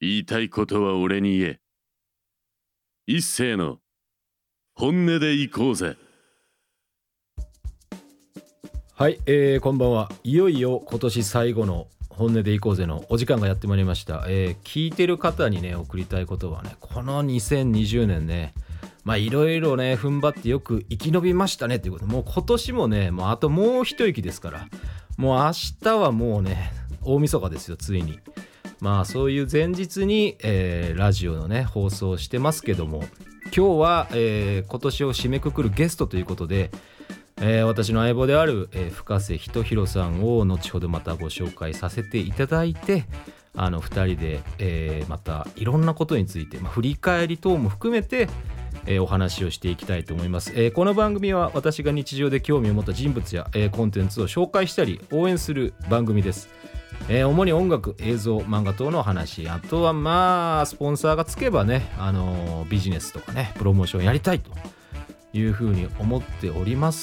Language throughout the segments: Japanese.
言いたいことは俺に言え。一斉の本音で行こうぜ。 はい、こんばんは。いよいよ今年最後の本音で行こうぜのお時間がやってまいりました。聞いてる方にね送りたいことはね、この2020年ね、いろいろね踏ん張ってよく生き延びましたねっていうこと。もう今年もね、もうあともう一息ですから、もう明日はもうね大晦日ですよ、ついに。そういう前日に、ラジオのね放送してますけども、今日は、今年を締めくくるゲストということで、私の相棒である、深瀬仁弘さんを後ほどまたご紹介させていただいて、2人で、またいろんなことについて、振り返り等も含めて、お話をしていきたいと思います。この番組は私が日常で興味を持った人物や、コンテンツを紹介したり応援する番組です。主に音楽、映像、漫画等の話、あとはスポンサーがつけばね、ビジネスとかねプロモーションやりたいというふうに思っております。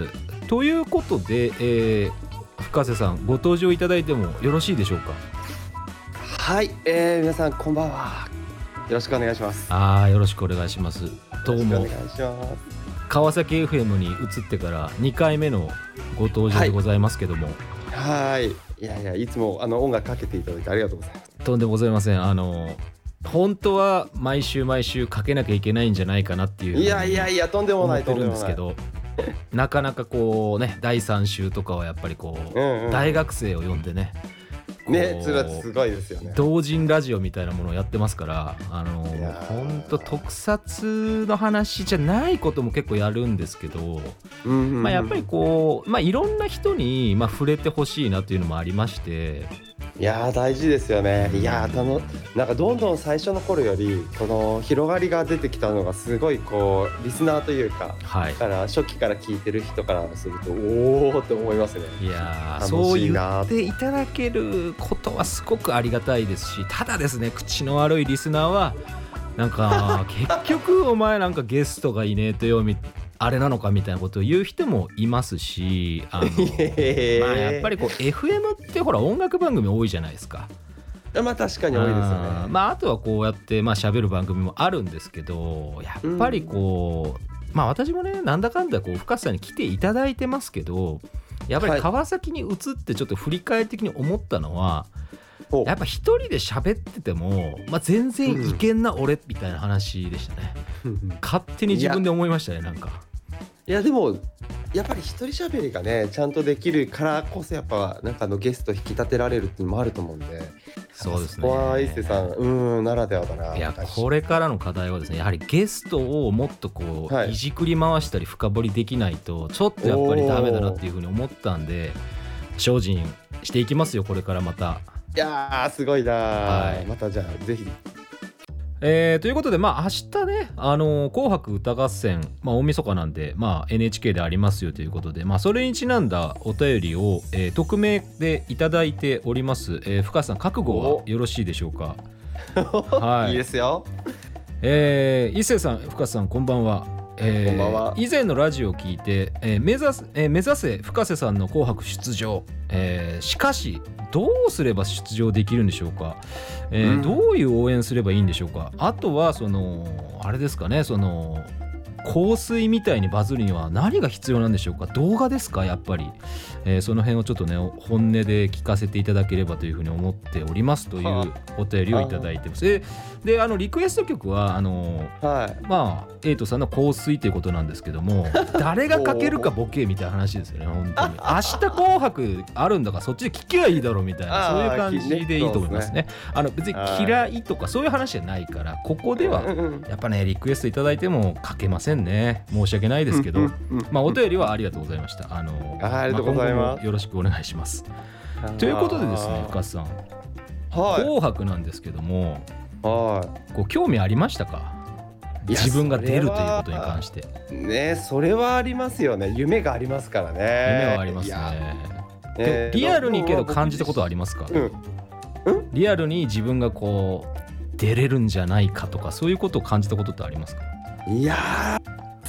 ということで、深瀬さんご登場いただいてもよろしいでしょうか。 はい、皆さんこんばんは。よろしくお願いします。 よろしくお願いします。どうも。 お願いします。 川崎 FM に移ってから2回目のご登場でございますけども、 いつも音楽かけていただいてありがとうございます。 とんでもございません。本当は毎週かけなきゃいけないんじゃないかなっていうとんでもない思ってるんですけど、なかなかこうね第3週とかはやっぱりこう、大学生を呼んでねそれはすごいですよね。 同人ラジオみたいなものをやってますから、本当特撮の話じゃないことも結構やるんですけど、やっぱりこういろんな人に触れてほしいなっていうのもありまして。 大事ですよね。なんかどんどん最初の頃よりこの広がりが出てきたのがすごいこうリスナーというか、から初期から聞いてる人からするとおーって思いますね。 そう言っていただけることはすごくありがたいですし、ただですね、口の悪いリスナーはなんか結局お前なんかゲストがいねえとよあれなのかみたいなことを言う人もいますし、やっぱりこう FM ってほら音楽番組多いじゃないですか。 確かに多いですよね。 あとはこうやって喋る番組もあるんですけど、やっぱりこう、私もねなんだかんだこう深瀬さんに来ていただいてますけど、やっぱり川崎に移ってちょっと振り返り的に思ったのは、やっぱ一人で喋ってても、全然いけんな俺みたいな話でしたね。勝手に自分で思いましたね。なんかでもやっぱり一人喋りがねちゃんとできるからこそ、やっぱなんかゲスト引き立てられるっていうのもあると思うんで。 そうですね。 そこは伊勢さんならではだな。 これからの課題はですね、やはりゲストをもっとこう、いじくり回したり深掘りできないとちょっとやっぱりダメだなっていうふうに思ったんで、精進していきますよこれからまた。 すごいな、またじゃあぜひ。 ということで明日ね紅白歌合戦、大晦日なんで、NHK でありますよということで、それにちなんだお便りを、匿名でいただいております。深瀬さん覚悟はよろしいでしょうか。 いいですよ。 伊勢さん、深瀬さんこんばんは。 こんばんは。 以前のラジオを聞いて、目指せ深瀬さんの紅白出場、しかしどうすれば出場できるんでしょうか。どういう応援すればいいんでしょうか。あとはあれですかね、香水みたいにバズるには何が必要なんでしょうか。動画ですかやっぱり。その辺をちょっとね本音で聞かせていただければというふうに思っておりますというお便りをいただいてます。でリクエスト曲はエイトさんの香水ということなんですけども、誰がかけるかボケみたいな話ですよね。本当に明日紅白あるんだからそっちで聴けばいいだろうみたいな、そういう感じでいいと思いますね。別に嫌いとかそういう話じゃないから、ここではやっぱねリクエストいただいてもかけませんね。申し訳ないですけど、お便りはありがとうございました。 ありがとうございます。 今後もよろしくお願いします。ということでですね、深瀬さん、紅白なんですけども、こう興味ありましたか。自分が出るということに関してね。それはありますよね。夢がありますからね。 夢はありますね。リアルにけど感じたことはありますか。リアルに自分がこう出れるんじゃないかとか、そういうことを感じたことってありますか。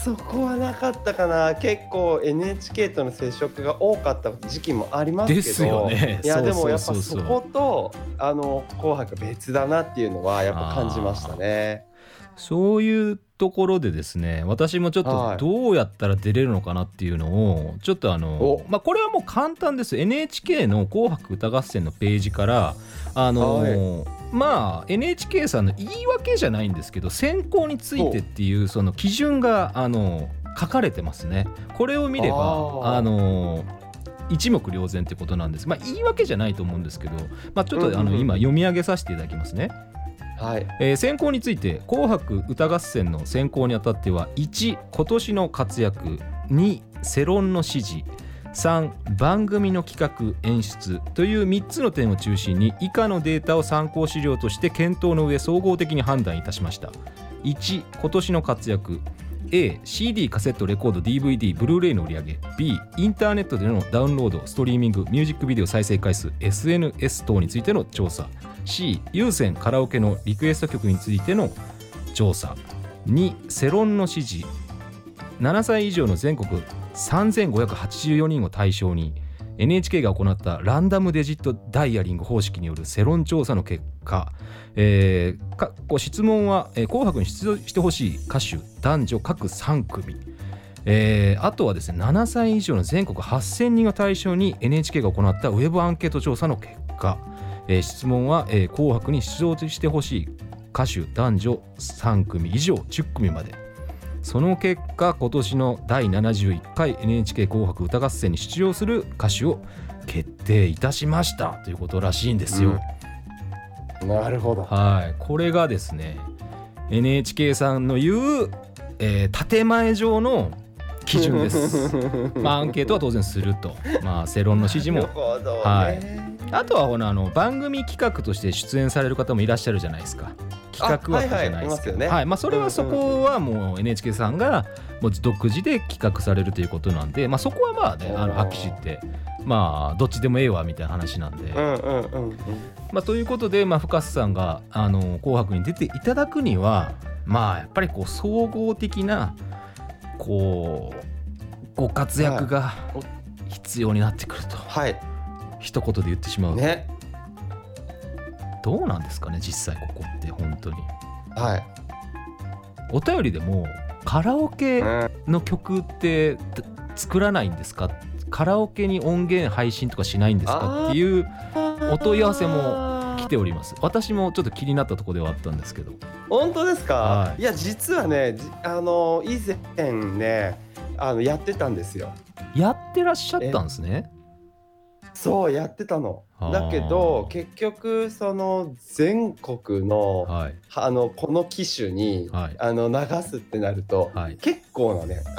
そこはなかったかな。結構 NHK との接触が多かった時期もありますけど。 ですよね。 いやでもやっぱそこと紅白別だなっていうのはやっぱ感じましたね。 そういうところでですね、私もちょっとどうやったら出れるのかなっていうのをちょっとこれはもう簡単です。 NHK の紅白歌合戦のページからNHK さんの言い訳じゃないんですけど、選考についてっていうその基準が書かれてますね。これを見れば一目瞭然ってことなんです。言い訳じゃないと思うんですけど、ちょっと今読み上げさせていただきますね。はい。選考について、紅白歌合戦の選考にあたっては、1、今年の活躍、2、世論の支持、3、番組の企画演出という3つの点を中心に以下のデータを参考資料として検討の上総合的に判断いたしました。1、今年の活躍。 A、CD、カセット、レコード、DVD、ブルーレイの売り上げ。 B、インターネットでのダウンロード、ストリーミング、ミュージックビデオ再生回数、 SNS 等についての調査。 C、有線カラオケのリクエスト曲についての調査。2、世論の支持。7歳以上の全国3584人を対象に NHK が行ったランダムデジットダイヤリング方式による世論調査の結果、質問は、紅白に出場してほしい歌手男女各3組、あとはですね、7歳以上の全国8000人を対象に NHK が行ったウェブアンケート調査の結果、質問は、紅白に出場してほしい歌手男女3組以上10組まで。その結果、今年の第71回 NHK 紅白歌合戦に出場する歌手を決定いたしましたということらしいんですよ。 なるほど。 はい、これがですね NHK さんの言う、建前上の基準です。アンケートは当然すると、世論の支持も、はい、あとは番組企画として出演される方もいらっしゃるじゃないですか。企画枠じゃないですけど、それはそこはもう NHK さんがもう独自で企画されるということなんで、そこは握手ってどっちでもええわみたいな話なんで、ということで、深瀬さんが紅白に出ていただくにはやっぱり総合的なご活躍が必要になってくると、一言で言ってしまうね。どうなんですかね、実際ここって本当に。お便りでもカラオケの曲って作らないんですか、カラオケに音源配信とかしないんですかっていうお問い合わせも来ております。私もちょっと気になったところではあったんですけど。 本当ですか。いや実はね、以前ねやってたんですよ。やってらっしゃったんですね。そうやってたの。だけど結局その全国の、この機種に、流すってなると、結構なね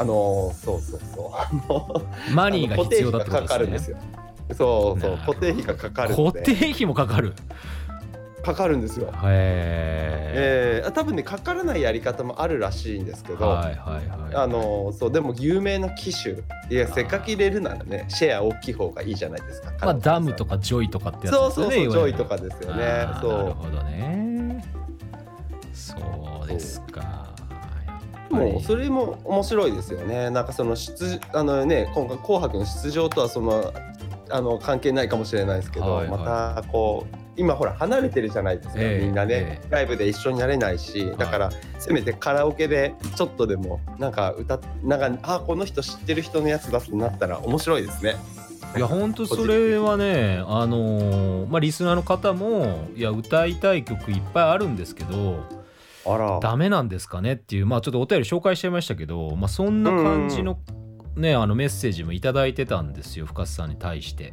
マニーが必要だってことですね。固定費がかかるんですよ。そう固定費がかかるんで。固定費もかかる。かかるんですよ。多分ねかからないやり方もあるらしいんですけど、でも有名な機種、いやせっかく入れるならねシェア大きい方がいいじゃないですか。 ダムとかジョイとかってやつですよね。 ジョイとかですよね。なるほどね。そうですか。 もうそれも面白いですよね。なんかその今回紅白の出場とは関係ないかもしれないですけど、また今ほら離れてるじゃないですか、みんなね、ライブで一緒になれないし、だからせめてカラオケでちょっとでもこの人知ってる人のやつだってなったら面白いですね。 いや本当それはね、リスナーの方も歌いたい曲いっぱいあるんですけど、ダメなんですかねっていう、ちょっとお便り紹介しちゃいましたけど、そんな感じのメッセージもいただいてたんですよ、深瀬さんに対して。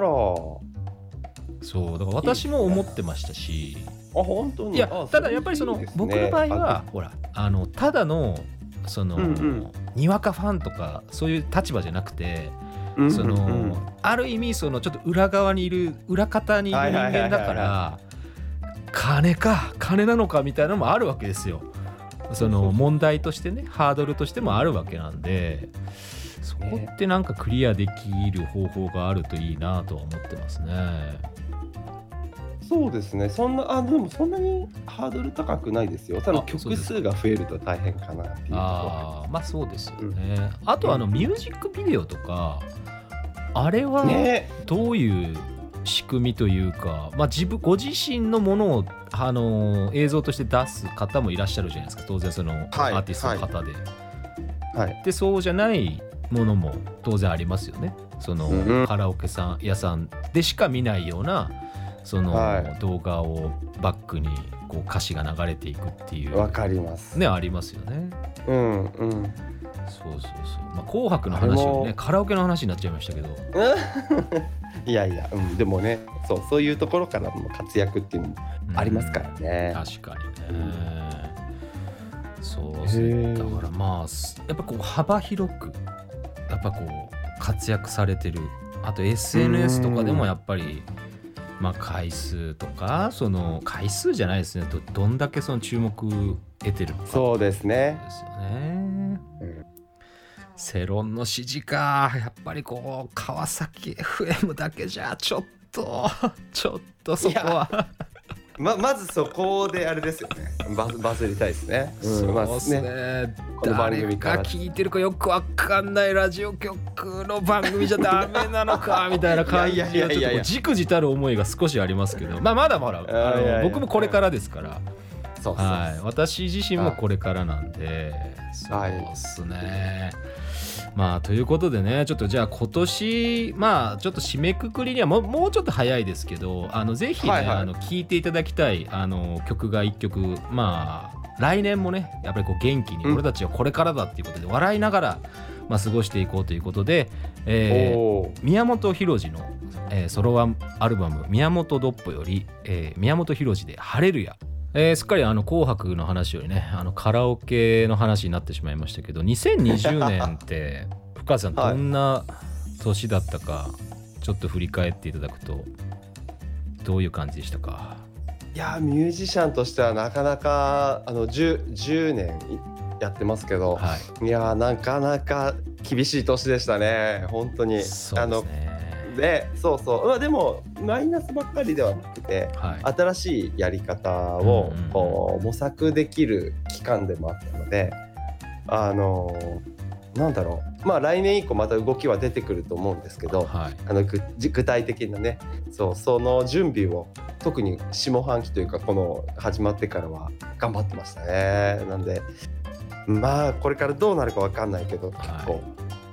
そうだから私も思ってましたし、 本当に。 いやただやっぱり僕の場合はほらただのにわかファンとかそういう立場じゃなくて、ある意味ちょっと裏側にいる裏方にいる人間だから、金なのかみたいなのもあるわけですよ。問題としてね、ハードルとしてもあるわけなんで、そこってなんかクリアできる方法があるといいなとは思ってますね。 そうですね。でもそんなにハードル高くないですよ。ただ曲数が増えると大変かなっていうところ。 まあそうですよね。あとミュージックビデオとかあれはどういう仕組みというか、まあご自身のものを映像として出す方もいらっしゃるじゃないですか。当然そのアーティストの方で。でそうじゃないものも当然ありますよね。そのカラオケ屋さんでしか見ないようなその動画をバックにこう歌詞が流れていくっていう。 わかります。 ね、ありますよね。そう。まあ、紅白の話よりね、カラオケの話になっちゃいましたけど。 いや、でもね、そういうところからの活躍っていうのもありますからね。 確かにね。そうだからまあやっぱこう幅広くやっぱこう活躍されてる。あと SNS とかでもやっぱりまあ回数とかその回数じゃないですね。どんだけその注目得てるか。 そうですね。 ですよね。世論の支持か。やっぱりこう川崎 FM だけじゃちょっとそこはまずそこであれですよね。バズりたいですね。 そうですね。誰か聞いてるかよくわかんないラジオ局の番組じゃダメなのかみたいな感じのちょっとじくじたる思いが少しありますけど、まあまだ僕もこれからですから。はい、私自身もこれからなんで、そうですね。まあということでね、ちょっとじゃあ今年まあちょっと締めくくりにはもうちょっと早いですけど、ぜひね、聴いていただきたい曲が1曲、まあ来年もねやっぱりこう元気に俺たちはこれからだっていうことで笑いながらまあ過ごしていこうということで、宮本浩次の、ソロアルバム宮本ドッポより、宮本浩次でハレルヤ。すっかり紅白の話よりねカラオケの話になってしまいましたけど、2020年って深谷さんどんな年だったかちょっと振り返っていただくとどういう感じでしたか？ いやミュージシャンとしてはなかなか10年やってますけど、いやなかなか厳しい年でしたね本当に。 そうですね。 まあ、でもマイナスばっかりではなくて、新しいやり方をこう模索できる期間でもあったので、なんだろう、まあ来年以降また動きは出てくると思うんですけど、具体的なねその準備を特に下半期というかこの始まってからは頑張ってましたね。なんでまあこれからどうなるか分かんないけど、結構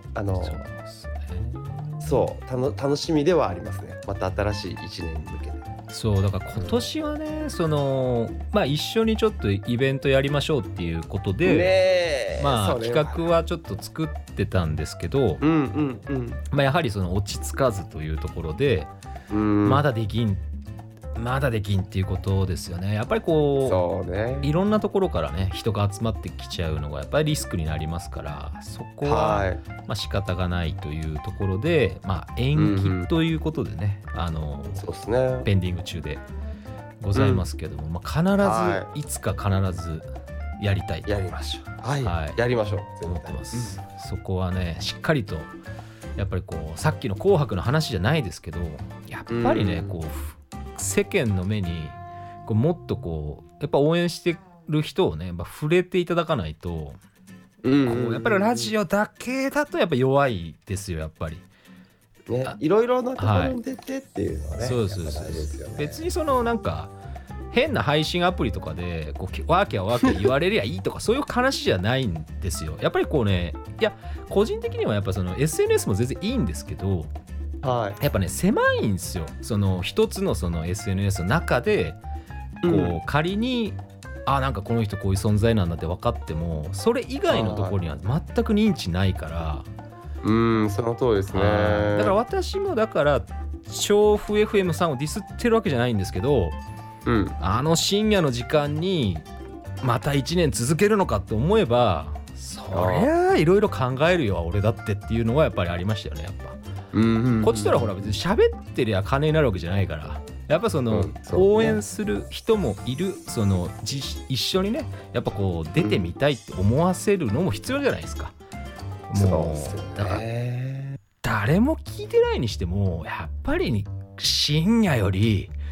楽しみではありますね。また新しい1年に向けて。 そうだから今年はね、まあ一緒にちょっとイベントやりましょうっていうことで、まあ企画はちょっと作ってたんですけど、まあやはりその落ち着かずというところで、まだできんっていうことですよね。やっぱりこういろんなところからね人が集まってきちゃうのがやっぱりリスクになりますから、そこはまあ仕方がないというところで、まあ延期ということでね、ペンディング中でございますけども、まあ必ずいつか必ずやりたいと。 やりましょう。やりましょう。 思ってます。そこはねしっかりとやっぱりこうさっきの紅白の話じゃないですけど、やっぱりねこう世間の目にこうもっとこうやっぱ応援してる人をね触れていただかないと、こうやっぱりラジオだけだとやっぱ弱いですよやっぱり。 いろいろなところに出てっていうのはね。そう別にそのなんか変な配信アプリとかでこうワーキャー言われりゃいいとかそういう話じゃないんですよ。やっぱりこうね、いや個人的にはやっぱその SNS も全然いいんですけど、やっぱね狭いんですよ。その一つのその SNS の中でこう仮になんかこの人こういう存在なんだって分かっても、それ以外のところには全く認知ないから。 その通りですね。 だから私もだから調布 FM さんをディスってるわけじゃないんですけど、深夜の時間にまた1年続けるのかって思えば、そりゃいろいろ考えるよ俺だってっていうのはやっぱりありましたよね。やっぱこっちとらほら別に喋ってりゃ金になるわけじゃないから、やっぱその応援する人もいる、その一緒にねやっぱこう出てみたいって思わせるのも必要じゃないですか。もうだから誰も聞いてないにしてもやっぱり深夜より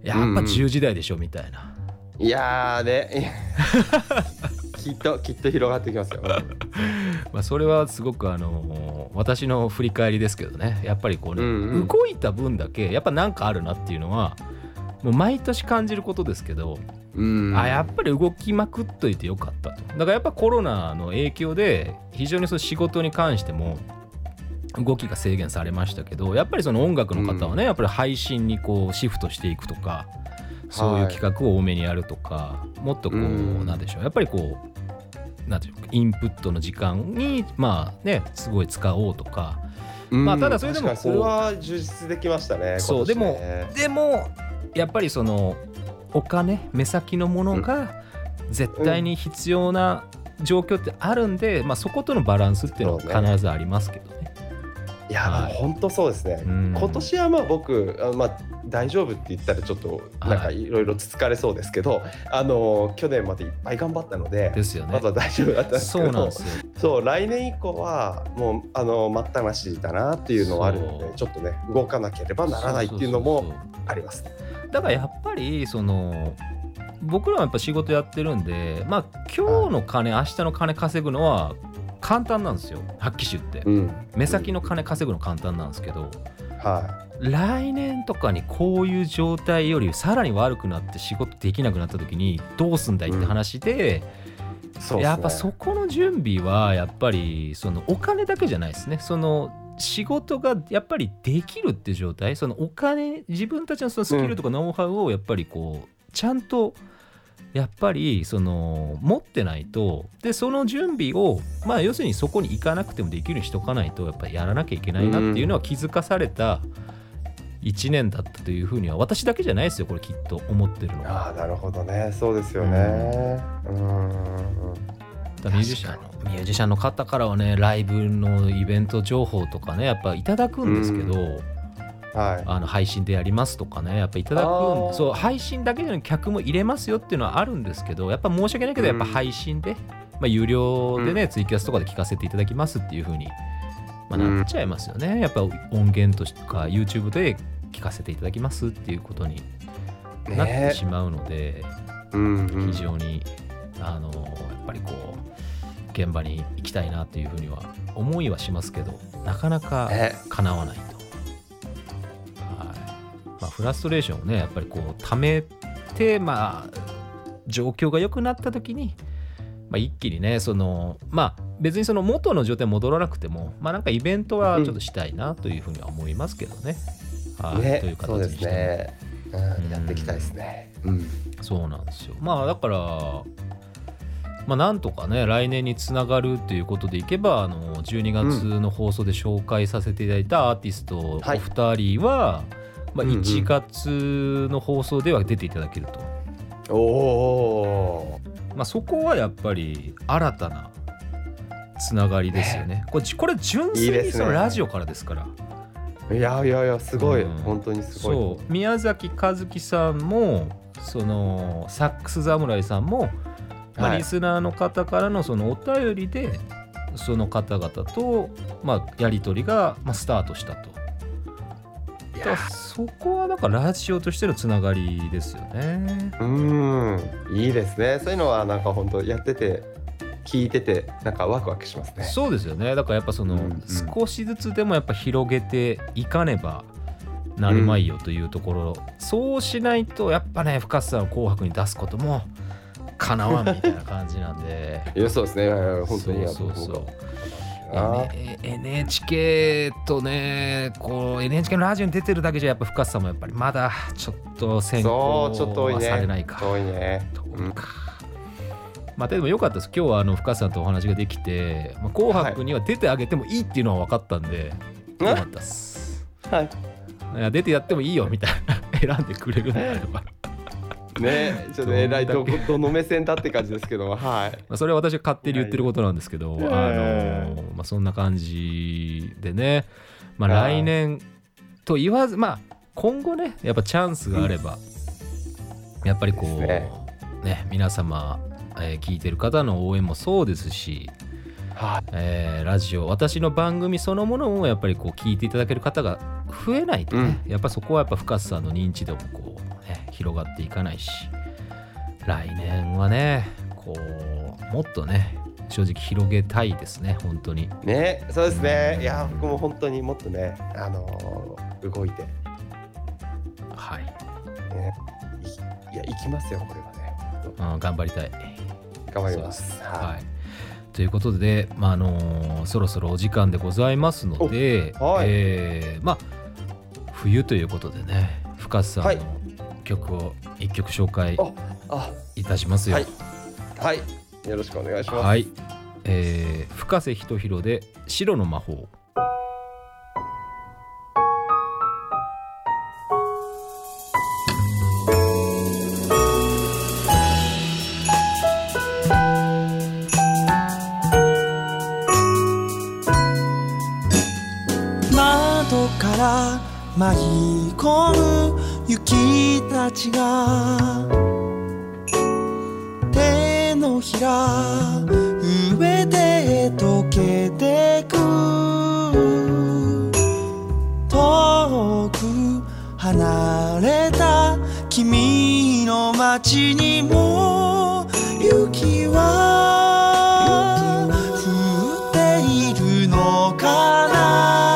やっぱ10時台でしょみたいな、 いやーねきっと広がってきますよまあそれはすごく私の振り返りですけどね、やっぱりこうね、動いた分だけやっぱなんかあるなっていうのはもう毎年感じることですけど、やっぱり動きまくっといてよかったと。だからやっぱコロナの影響で非常にその仕事に関しても動きが制限されましたけど、やっぱりその音楽の方はね、やっぱり配信にこうシフトしていくとか、そういう企画を多めにやるとか、もっとこうなんでしょう、やっぱりこうなんていうかインプットの時間にまあねすごい使おうとか、まあただそれでもそれは充実できましたね。 そうでもやっぱりそのお金目先のものが絶対に必要な状況ってあるんで、まあそことのバランスっていうのは必ずありますけどね。 いや、本当そうですね。今年はまあ僕大丈夫って言ったらちょっとなんかいろいろつつかれそうですけど、去年までいっぱい頑張ったので、 ですよね、 まずは大丈夫だったんですけど、 そうなんですよ。 そう来年以降はもう待ったなしだなっていうのはあるので、ちょっとね動かなければならないっていうのもあります。 だからやっぱりその僕らはやっぱ仕事やってるんで、まあ今日の金明日の金稼ぐのは簡単なんですよ、はっきり言って、目先の金稼ぐの簡単なんですけど、来年とかにこういう状態よりさらに悪くなって仕事できなくなった時にどうすんだいって話で、やっぱそこの準備はやっぱりそのお金だけじゃないですね。その仕事がやっぱりできるって状態、そのお金、自分たちのそのスキルとかノウハウをやっぱりこうちゃんとやっぱりその持ってないと、でその準備をまあ要するにそこに行かなくてもできるようにしとかないとやっぱりやらなきゃいけないなっていうのは気づかされた1年だったというふうには私だけじゃないですよ、これきっと思ってるのは。 なるほどね、そうですよね。 ミュージシャンの方からはね、ライブのイベント情報とかねやっぱいただくんですけど、配信でやりますとかねやっぱいただくんで、そう配信だけじゃなく客も入れますよっていうのはあるんですけど、やっぱ申し訳ないけどやっぱ配信で、有料でねツイキャスとかで聞かせていただきますっていう風に、なっちゃいますよね。やっぱ音源とか YouTube で聞かせていただきますっていうことになってしまうので、非常にやっぱりこう現場に行きたいなっていうふうには思いはしますけど、なかなか叶わないと。フラストレーションをねやっぱりこう溜めて、状況が良くなった時に、一気にねその別にその元の状態に戻らなくてもなんかイベントはちょっとしたいなというふうには思いますけどね。という形にしてね、やっていきたいですね。 そうなんですよ。だからなんとかね来年につながるっていうことでいけば、12月の放送で紹介させていただいたアーティストお二人は、1月の放送では出ていただけると。そこはやっぱり新たなつながりですよね。これ純粋にそのラジオからですから。 いやすごい、本当にすごい。 そう宮崎和樹さんもそのサックス侍さんも、リスナーの方からのそのお便りでその方々とやり取りがスタートしたと。そこはだからラジオとしてのつながりですよね。 いいですね。そういうのはなんか本当やってて聞いててなんかワクワクしますね。 そうですよね。だからやっぱその、少しずつでもやっぱ広げていかねばなるまいよというところ、そうしないとやっぱね深瀬さんを紅白に出すこともかなわんみたいな感じなんでいやそうですね、本当にそうNHK とねこう NHK のラジオに出てるだけじゃやっぱ深瀬さんもやっぱりまだちょっと先行はされないか。 遠いね。 でも良かったです。今日は深瀬さんとお話ができて、紅白には出てあげてもいいっていうのは分かったんで、良かったです。いや出てやってもいいよみたいな選んでくれるのであればね、ちょっと偉いどの目線だって感じですけど、 それは私が勝手に言ってることなんですけど、そんな感じでね、来年と言わず、今後ねやっぱチャンスがあれば、やっぱりこうね皆様、聞いてる方の応援もそうですし、ラジオ私の番組そのものをやっぱりこう聞いていただける方が増えないとね、やっぱそこはやっぱ深瀬さんの認知度もこうね広がっていかないし、来年はねこうもっとね正直広げたいですね本当にね。そうですね。いや僕も本当にもっとね動いてはい、ね、 いや行きますよこれはね。 頑張りたい。 頑張ります。 はい。ということで、そろそろお時間でございますので、 はい、 冬ということでね、深瀬さんの曲を一曲紹介いたしますよ。 はい、はい、よろしくお願いします。 はい、深瀬仁弘で白の魔法。 窓から舞い込む雪たちが手のひら上で溶けてく、遠く離れた君の街にも雪は降っているのかな。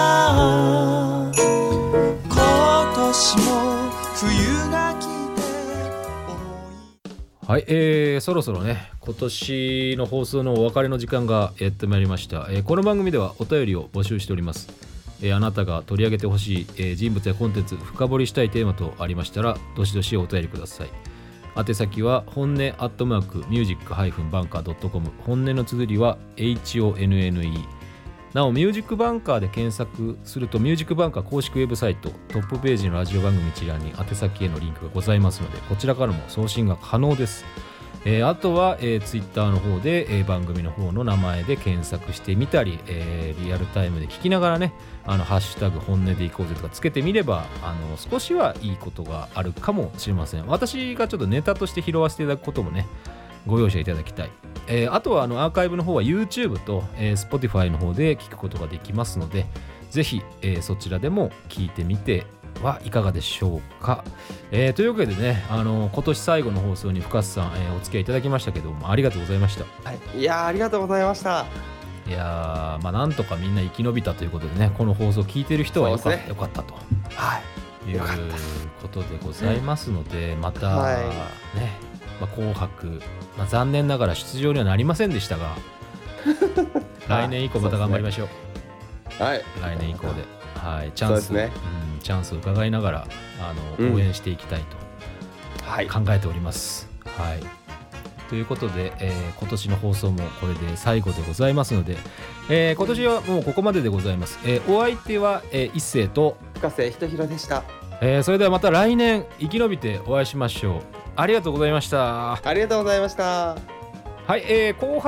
はい、そろそろね今年の放送のお別れの時間がやってまいりました。この番組ではお便りを募集しております。あなたが取り上げてほしい、人物やコンテンツ深掘りしたいテーマとありましたらどしどしお便りください。宛先は本音@music-banker.com、 本音の綴りは HONNE。 なおミュージックバンカーで検索するとミュージックバンカー公式ウェブサイトトップページのラジオ番組一覧に宛先へのリンクがございますので、こちらからも送信が可能です。あとは、ツイッターの方で、番組の方の名前で検索してみたり、リアルタイムで聞きながらねハッシュタグ本音でいこうぜとかつけてみれば少しはいいことがあるかもしれません。私がちょっとネタとして拾わせていただくこともねご容赦いただきたい。あとはアーカイブの方は YouTube と、Spotify の方で聞くことができますのでぜひ、そちらでも聞いてみてはいかがでしょうか。というわけでね今年最後の放送に深瀬さん、お付き合いいただきましたけどもありがとうございました。 はい、いやありがとうございました。 いやなんとかみんな生き延びたということでねこの放送聞いてる人はよかったと、はい、いうことでございますので、また、はいね紅白、残念ながら出場にはなりませんでしたが来年以降また頑張りましょう。 はい、 来年以降で、はい、チャンス、チャンスを伺いながら応援していきたいと考えております。はい、ということで、今年の放送もこれで最後でございますので、今年はもうここまででございます。お相手は、一星と深瀬仁弘でした。 それではまた来年生き延びてお会いしましょう。ありがとうございました。 ありがとうございました。 はい、後半